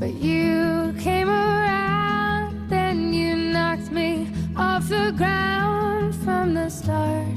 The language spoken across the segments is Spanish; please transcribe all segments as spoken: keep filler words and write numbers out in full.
But you came around, then you knocked me off the ground from the start.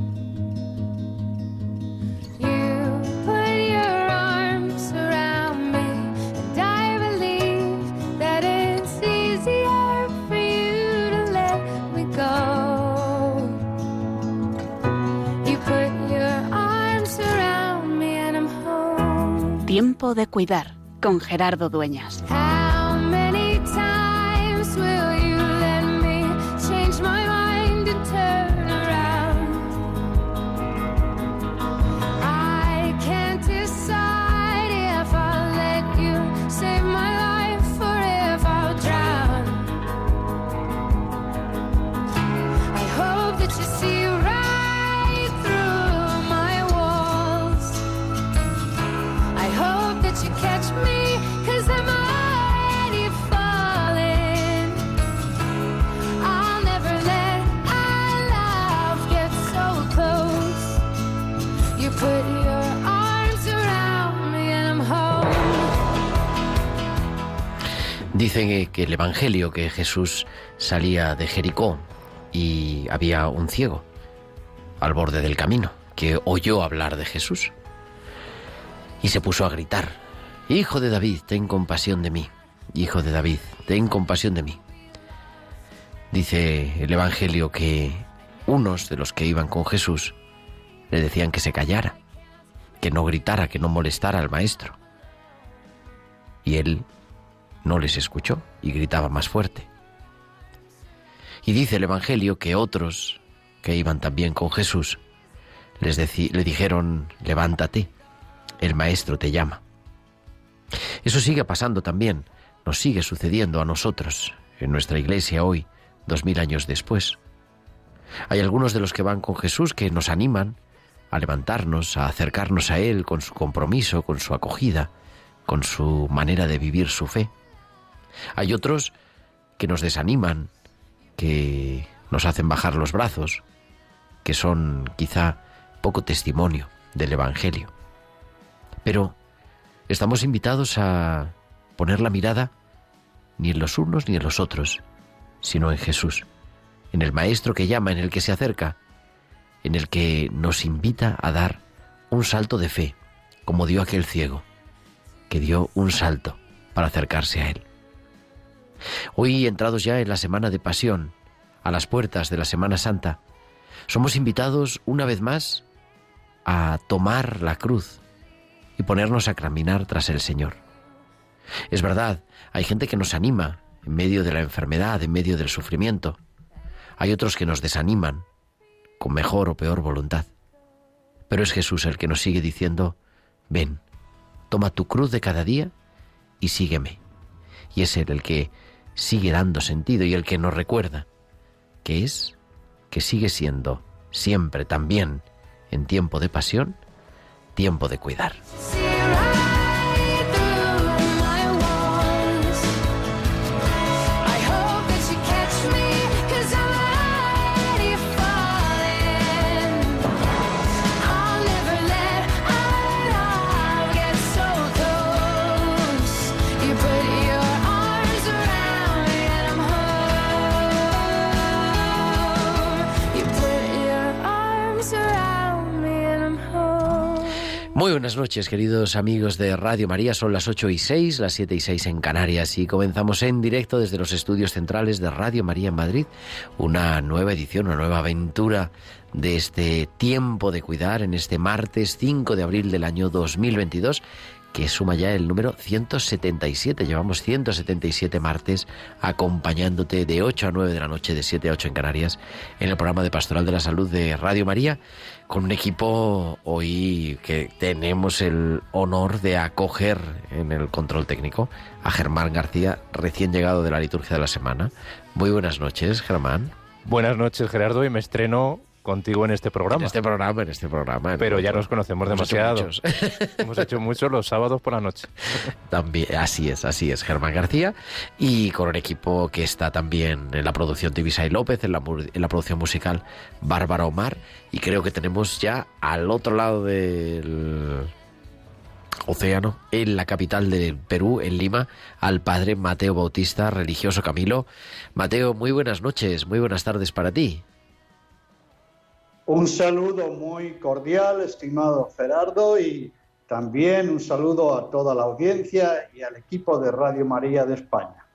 You put your arms around me, and I believe that it's easier for you to let me go. You put your arms around me and I'm home. Tiempo de cuidar, con Gerardo Dueñas. How many times will you let me change my mind and turn around? I can't decide if I'll let you save my life or if I'll drown. I hope that you see right through my walls. I hope that you catch me, 'cause I'm already falling. I'll never let our love get so close. You put your arms around me and I'm home. Dice que el Evangelio que Jesús salía de Jericó y había un ciego al borde del camino que oyó hablar de Jesús y se puso a gritar: Hijo de David, ten compasión de mí. Hijo de David, ten compasión de mí. Dice el Evangelio que unos de los que iban con Jesús le decían que se callara, que no gritara, que no molestara al maestro. Y él no les escuchó y gritaba más fuerte. Y dice el Evangelio que otros que iban también con Jesús les deci- le dijeron: levántate, el maestro te llama. Eso sigue pasando también, nos sigue sucediendo a nosotros, en nuestra iglesia hoy, dos mil años después. Hay algunos de los que van con Jesús que nos animan a levantarnos, a acercarnos a Él con su compromiso, con su acogida, con su manera de vivir su fe. Hay otros que nos desaniman, que nos hacen bajar los brazos, que son quizá poco testimonio del Evangelio. Pero estamos invitados a poner la mirada ni en los unos ni en los otros, sino en Jesús, en el Maestro que llama, en el que se acerca, en el que nos invita a dar un salto de fe, como dio aquel ciego, que dio un salto para acercarse a Él. Hoy, entrados ya en la Semana de Pasión, a las puertas de la Semana Santa, somos invitados una vez más a tomar la cruz y ponernos a caminar tras el Señor. Es verdad, hay gente que nos anima en medio de la enfermedad, en medio del sufrimiento. Hay otros que nos desaniman, con mejor o peor voluntad. Pero es Jesús el que nos sigue diciendo: ven, toma tu cruz de cada día y sígueme. Y es Él el que sigue dando sentido y el que nos recuerda que es, que sigue siendo siempre también, en tiempo de pasión, tiempo de cuidar. Muy buenas noches, queridos amigos de Radio María. Son las ocho y seis, las siete y seis en Canarias, y comenzamos en directo desde los estudios centrales de Radio María en Madrid una nueva edición, una nueva aventura de este tiempo de cuidar en este martes cinco de abril del año dos mil veintidós, que suma ya el número ciento setenta y siete. Llevamos ciento setenta y siete martes acompañándote de ocho a nueve de la noche, de siete a ocho en Canarias, en el programa de Pastoral de la Salud de Radio María, con un equipo hoy que tenemos el honor de acoger en el control técnico a Germán García, recién llegado de la liturgia de la semana. Muy buenas noches, Germán. Buenas noches, Gerardo, y me estreno contigo en este programa. En este programa, en este programa. En Pero ya otro. nos conocemos Hemos demasiado. hecho muchos. Hemos hecho mucho los sábados por la noche. También, así es, así es, Germán García, y con un equipo que está también en la producción Tibisay López, en la, en la producción musical Bárbara Omar, y creo que tenemos ya al otro lado del, océano, en la capital del Perú, en Lima, al padre Mateo Bautista, religioso Camilo. Mateo, muy buenas noches, muy buenas tardes para ti. Un saludo muy cordial, estimado Gerardo, y también un saludo a toda la audiencia y al equipo de Radio María de España.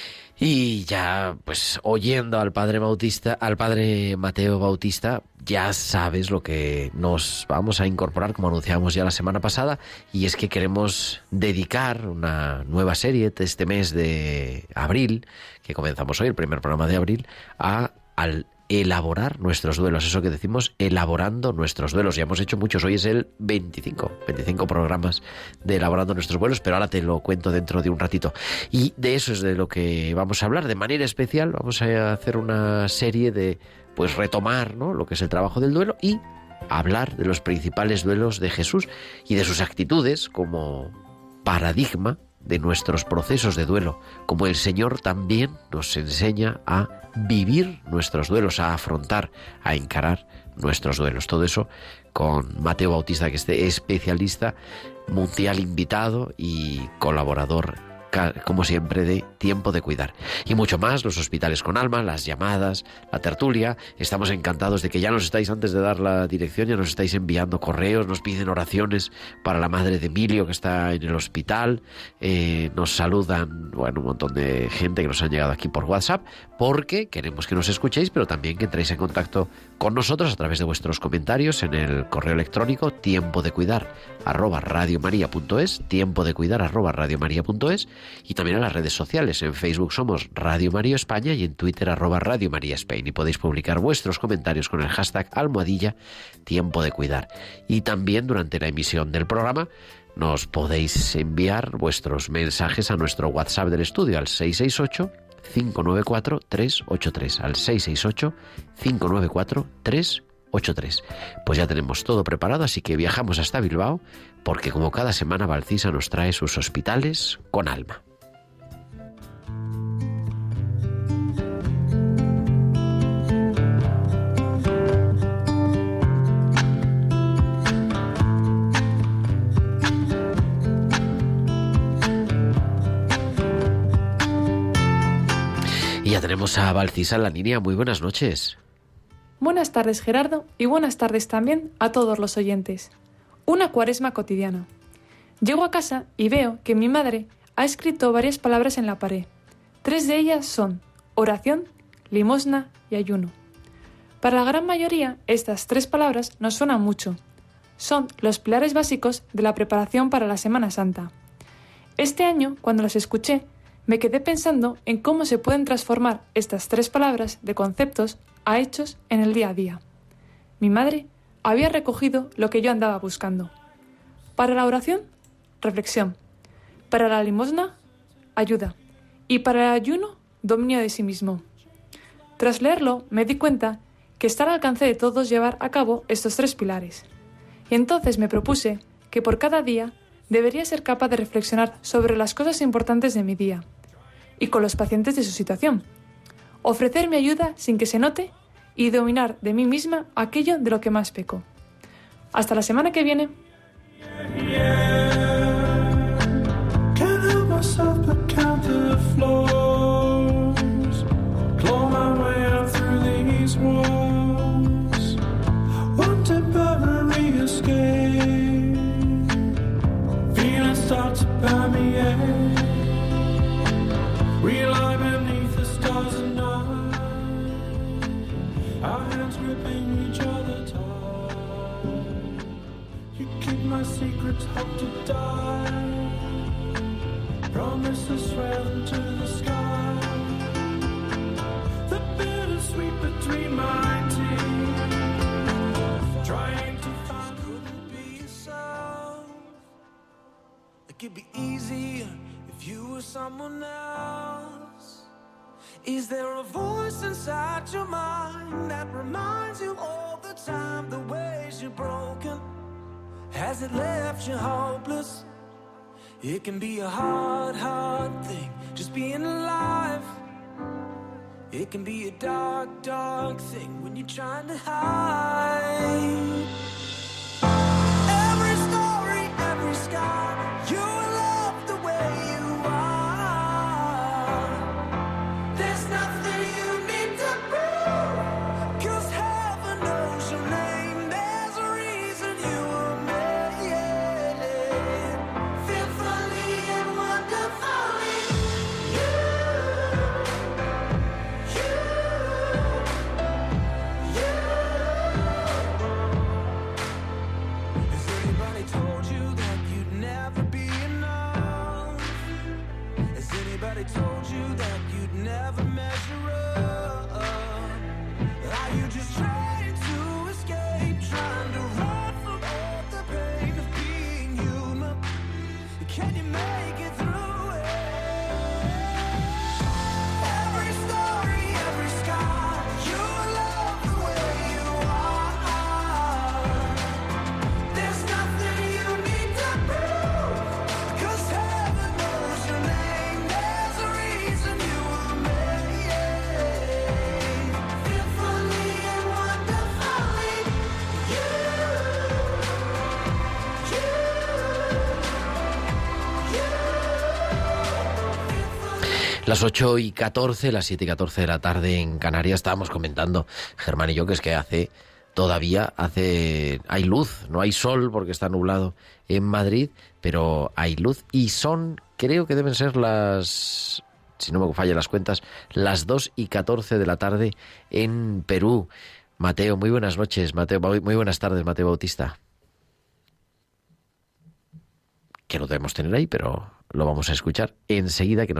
Y ya, pues, oyendo al padre Bautista, al padre Mateo Bautista, ya sabes lo que nos vamos a incorporar, como anunciamos ya la semana pasada, y es que queremos dedicar una nueva serie de este mes de abril, que comenzamos hoy, el primer programa de abril, a al elaborar nuestros duelos, eso que decimos, elaborando nuestros duelos. Ya hemos hecho muchos, hoy es el veinticinco, veinticinco programas de elaborando nuestros duelos, pero ahora te lo cuento dentro de un ratito. Y de eso es de lo que vamos a hablar, de manera especial. Vamos a hacer una serie de, pues, retomar, ¿no?, lo que es el trabajo del duelo y hablar de los principales duelos de Jesús y de sus actitudes como paradigma de nuestros procesos de duelo, como el Señor también nos enseña a vivir nuestros duelos, a afrontar, a encarar nuestros duelos. Todo eso con Mateo Bautista, que es especialista mundial invitado y colaborador, como siempre, de Tiempo de Cuidar. Y mucho más, los hospitales con alma, las llamadas, la tertulia. Estamos encantados de que ya nos estáis, antes de dar la dirección, ya nos estáis enviando correos, nos piden oraciones para la madre de Emilio, que está en el hospital. Eh, nos saludan, bueno, un montón de gente que nos han llegado aquí por WhatsApp, porque queremos que nos escuchéis, pero también que entréis en contacto con nosotros a través de vuestros comentarios en el correo electrónico tiempo de cuidar arroba radiomaria.es, tiempo de cuidar arroba radiomaria.es, y también en las redes sociales. En Facebook somos Radio María España y en Twitter arroba Radio María Spain, y podéis publicar vuestros comentarios con el hashtag almohadilla tiempo de cuidar. Y también durante la emisión del programa nos podéis enviar vuestros mensajes a nuestro WhatsApp del estudio al seis seis ocho, cinco nueve cuatro, tres ocho tres, al seis seis ocho, cinco nueve cuatro, tres ocho tres. Pues ya tenemos todo preparado, así que viajamos hasta Bilbao, porque como cada semana Valcisa nos trae sus hospitales con alma. Y ya tenemos a Valcisa en la línea. Muy buenas noches. Buenas tardes, Gerardo, y buenas tardes también a todos los oyentes. Una cuaresma cotidiana. Llego a casa y veo que mi madre ha escrito varias palabras en la pared. Tres de ellas son oración, limosna y ayuno. Para la gran mayoría, estas tres palabras nos suenan mucho. Son los pilares básicos de la preparación para la Semana Santa. Este año, cuando las escuché, me quedé pensando en cómo se pueden transformar estas tres palabras de conceptos a hechos en el día a día. Mi madre había recogido lo que yo andaba buscando. Para la oración, reflexión. Para la limosna, ayuda. Y para el ayuno, dominio de sí mismo. Tras leerlo, me di cuenta que está al alcance de todos llevar a cabo estos tres pilares. Y entonces me propuse que por cada día debería ser capaz de reflexionar sobre las cosas importantes de mi día y con los pacientes de su situación. Ofrecer mi ayuda sin que se note y dominar de mí misma aquello de lo que más peco. Hasta la semana que viene. Secrets hope to die. Promises swell into the sky. The bittersweet between my teeth. Trying to find who could be yourself. It could be easier if you were someone else. Is there a voice inside your mind that reminds you all the time the ways you're broken? Has it left you hopeless? It can be a hard, hard thing, just being alive. It can be a dark, dark thing when you're trying to hide. Every story, every sky Everybody told you that you'd never measure up. Are you just trying to escape, trying to run from all the pain of being human? Can you make it through it? Every story, every scar, you love the way you are. There's nothing you need to prove, 'cause heaven knows your name. There's a reason you were made, fearfully and wonderfully. You, you, Las ocho y catorce, las siete y catorce de la tarde en Canarias, estábamos comentando, Germán y yo, que es que hace, todavía hace, hay luz, no hay sol porque está nublado en Madrid, pero hay luz y son, creo que deben ser las, si no me fallan las cuentas, las dos y catorce de la tarde en Perú. Mateo, muy buenas noches, Mateo, muy buenas tardes, Mateo Bautista. Que lo debemos tener ahí, pero lo vamos a escuchar enseguida que nos